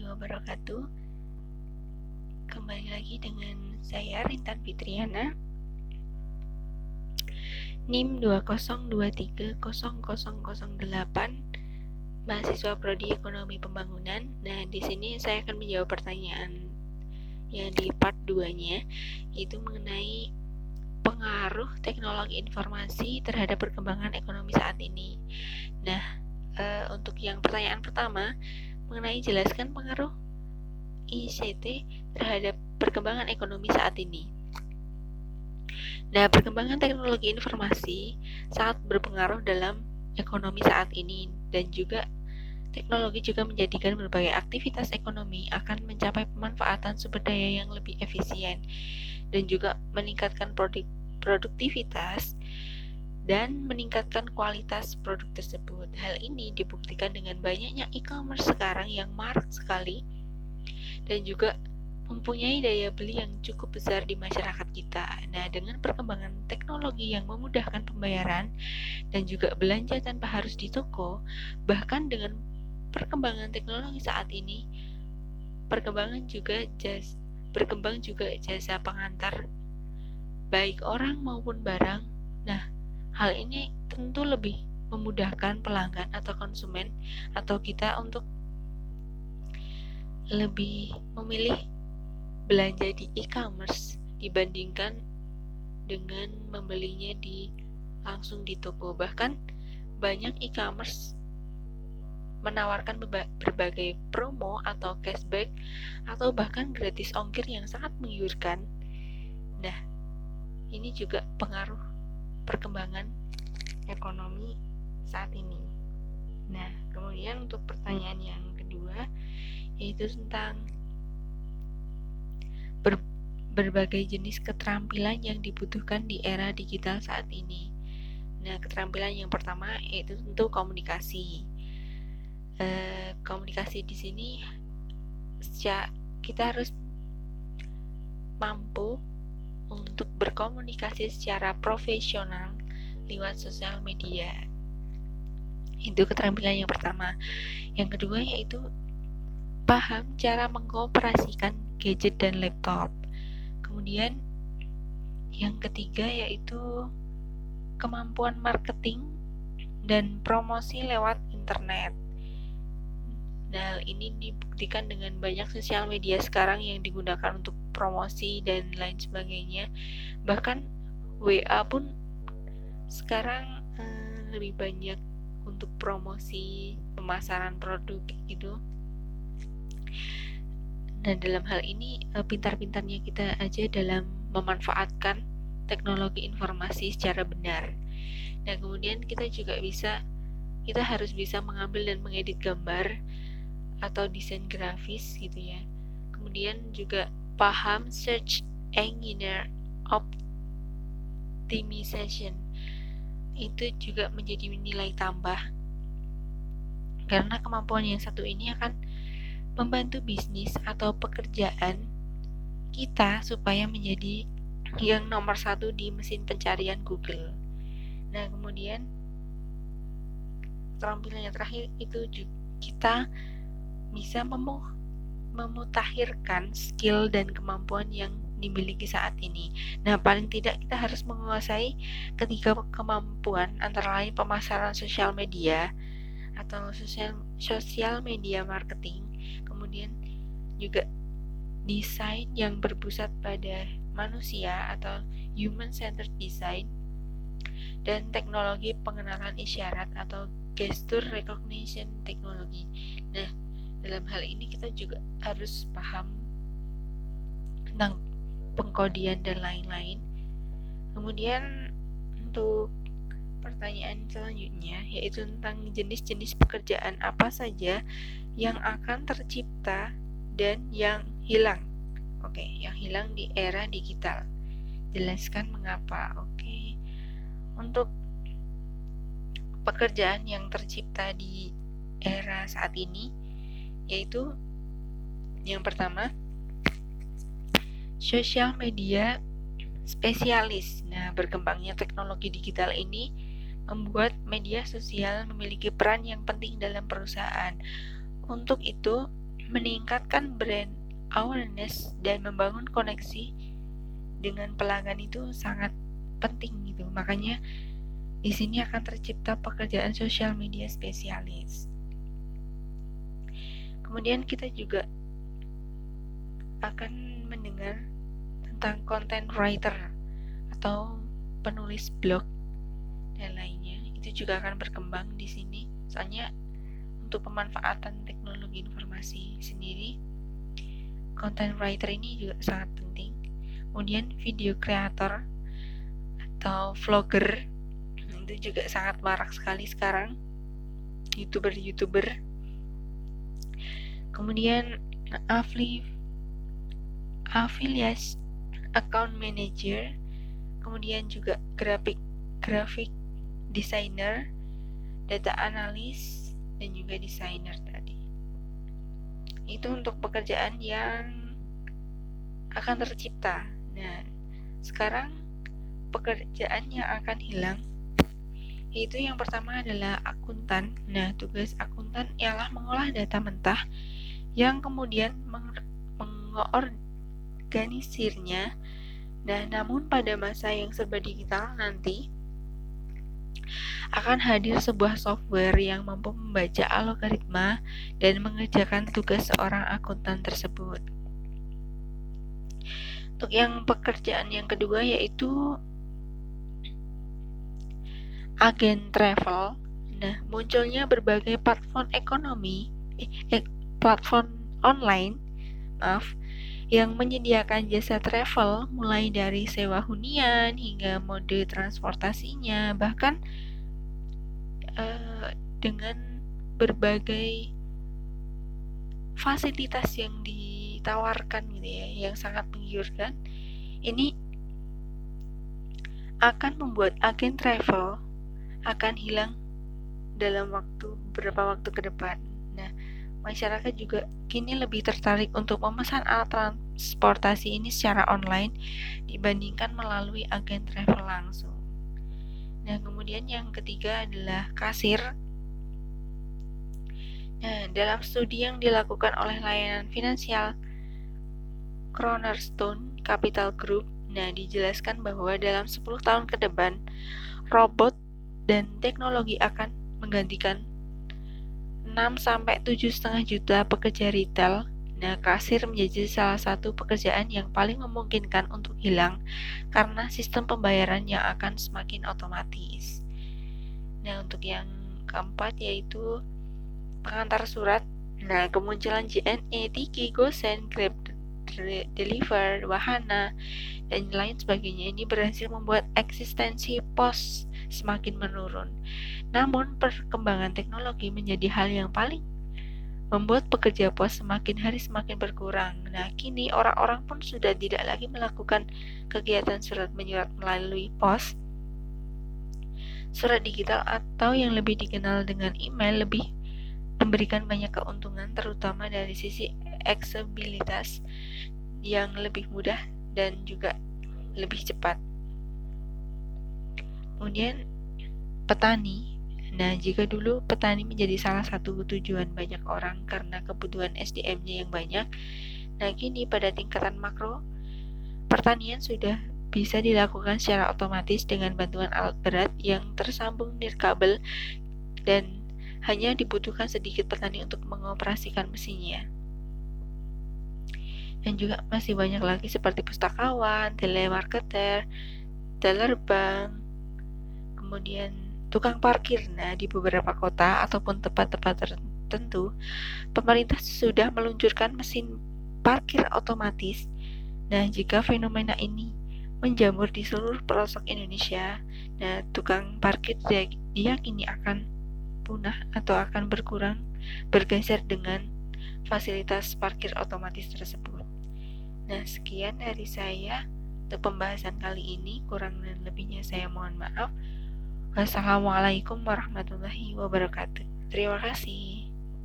wabarakatuh. Kembali lagi dengan saya Rintan Fitriana, NIM 20230008, mahasiswa Prodi Ekonomi Pembangunan. Nah, di sini saya akan menjawab pertanyaan yang di part 2-nya, yaitu mengenai pengaruh teknologi informasi terhadap perkembangan ekonomi saat ini. Nah, untuk yang pertanyaan pertama, mengenai jelaskan pengaruh ICT terhadap perkembangan ekonomi saat ini. Nah, perkembangan teknologi informasi sangat berpengaruh dalam ekonomi saat ini, dan juga teknologi juga menjadikan berbagai aktivitas ekonomi akan mencapai pemanfaatan sumber daya yang lebih efisien dan juga meningkatkan produktivitas dan meningkatkan kualitas produk tersebut. Hal ini dibuktikan dengan banyaknya e-commerce sekarang yang marak sekali dan juga mempunyai daya beli yang cukup besar di masyarakat kita. Nah, dengan perkembangan teknologi yang memudahkan pembayaran dan juga belanja tanpa harus di toko, bahkan dengan perkembangan teknologi saat ini, berkembang juga jasa pengantar baik orang maupun barang. Nah, hal ini tentu lebih memudahkan pelanggan atau konsumen atau kita untuk lebih memilih belanja di e-commerce dibandingkan dengan membelinya langsung di toko. Bahkan banyak e-commerce menawarkan berbagai promo atau cashback atau bahkan gratis ongkir yang sangat menggiurkan. Nah, ini juga pengaruh perkembangan ekonomi saat ini. Nah, kemudian untuk pertanyaan yang kedua, yaitu tentang berbagai jenis keterampilan yang dibutuhkan di era digital saat ini. Nah, keterampilan yang pertama yaitu tentu komunikasi. Komunikasi di sini kita harus mampu untuk berkomunikasi secara profesional lewat sosial media. Itu keterampilan yang pertama. Yang kedua yaitu paham cara mengoperasikan gadget dan laptop. Kemudian yang ketiga yaitu kemampuan marketing dan promosi lewat internet. Nah, ini dibuktikan dengan banyak sosial media sekarang yang digunakan untuk promosi dan lain sebagainya. Bahkan WA pun sekarang lebih banyak untuk promosi, pemasaran produk gitu. Dan dalam hal ini pintar-pintarnya kita aja dalam memanfaatkan teknologi informasi secara benar. Nah, kemudian kita harus bisa mengambil dan mengedit gambar atau desain grafis gitu ya. Kemudian juga paham search engine optimization. Itu juga menjadi nilai tambah. Karena kemampuan yang satu ini akan membantu bisnis atau pekerjaan kita supaya menjadi yang nomor satu di mesin pencarian Google. Nah, kemudian keterampilan yang terakhir itu kita bisa memutakhirkan skill dan kemampuan yang dimiliki saat ini. Nah, paling tidak kita harus menguasai ketiga kemampuan, antara lain pemasaran sosial media atau sosial media marketing, kemudian juga desain yang berpusat pada manusia atau human centered design, dan teknologi pengenalan isyarat atau gesture recognition technology. Nah, dalam hal ini kita juga harus paham tentang pengkodian dan lain-lain. Kemudian untuk pertanyaan selanjutnya yaitu tentang jenis-jenis pekerjaan apa saja yang akan tercipta dan yang hilang. Yang hilang di era digital. Jelaskan mengapa. Untuk pekerjaan yang tercipta di era saat ini yaitu yang pertama, sosial media spesialis. Nah, berkembangnya teknologi digital ini membuat media sosial memiliki peran yang penting dalam perusahaan. Untuk itu, meningkatkan brand awareness dan membangun koneksi dengan pelanggan itu sangat penting gitu. Makanya di sini akan tercipta pekerjaan sosial media spesialis. Kemudian kita juga akan mendengar tentang content writer atau penulis blog dan lainnya. Itu juga akan berkembang di sini. Soalnya untuk pemanfaatan teknologi informasi sendiri, content writer ini juga sangat penting. Kemudian video creator atau vlogger itu juga sangat marak sekali sekarang, YouTuber. Kemudian affiliate account manager, kemudian juga graphic designer, data analis, dan juga desainer tadi. Itu untuk pekerjaan yang akan tercipta. Nah, sekarang pekerjaan yang akan hilang yaitu yang pertama adalah akuntan. Nah, tugas akuntan ialah mengolah data mentah yang kemudian mengorganisirnya. Nah, namun pada masa yang serba digital nanti akan hadir sebuah software yang mampu membaca algoritma dan mengerjakan tugas seorang akuntan tersebut. Untuk yang pekerjaan yang kedua yaitu agen travel. Nah, munculnya berbagai platform online yang menyediakan jasa travel mulai dari sewa hunian hingga mode transportasinya, bahkan dengan berbagai fasilitas yang ditawarkan gitu ya, yang sangat menggiurkan. Ini akan membuat agen travel akan hilang dalam beberapa waktu ke depan. Nah, masyarakat juga kini lebih tertarik untuk memesan alat transportasi ini secara online dibandingkan melalui agen travel langsung. Nah, kemudian yang ketiga adalah kasir. Nah, dalam studi yang dilakukan oleh layanan finansial Cornerstone Capital Group, dijelaskan bahwa dalam 10 tahun ke depan, robot dan teknologi akan menggantikan 6-7,5 juta pekerja retail. Nah, kasir menjadi salah satu pekerjaan yang paling memungkinkan untuk hilang karena sistem pembayaran yang akan semakin otomatis. Nah, untuk yang keempat yaitu pengantar surat. Nah, kemunculan JNE, Tiki, GoSend, Grab Deliver, Wahana, dan lain sebagainya ini berhasil membuat eksistensi pos semakin menurun. Namun perkembangan teknologi menjadi hal yang paling membuat pekerja pos semakin hari semakin berkurang. Nah, kini orang-orang pun sudah tidak lagi melakukan kegiatan surat menyurat melalui pos. Surat digital atau yang lebih dikenal dengan email lebih memberikan banyak keuntungan, terutama dari sisi aksesibilitas yang lebih mudah dan juga lebih cepat. Kemudian petani. Nah, jika dulu petani menjadi salah satu tujuan banyak orang karena kebutuhan SDM-nya yang banyak, nah kini pada tingkatan makro, pertanian sudah bisa dilakukan secara otomatis dengan bantuan alat berat yang tersambung nirkabel dan hanya dibutuhkan sedikit petani untuk mengoperasikan mesinnya. Dan juga masih banyak lagi seperti pustakawan, telemarketer, teller bank, kemudian tukang parkir. Nah, di beberapa kota ataupun tempat-tempat tertentu, pemerintah sudah meluncurkan mesin parkir otomatis. Nah, jika fenomena ini menjamur di seluruh pelosok Indonesia, nah tukang parkir diyakini akan punah atau akan bergeser dengan fasilitas parkir otomatis tersebut. Nah, sekian dari saya untuk pembahasan kali ini. Kurang dan lebihnya saya mohon maaf. Wassalamualaikum warahmatullahi wabarakatuh. Terima kasih.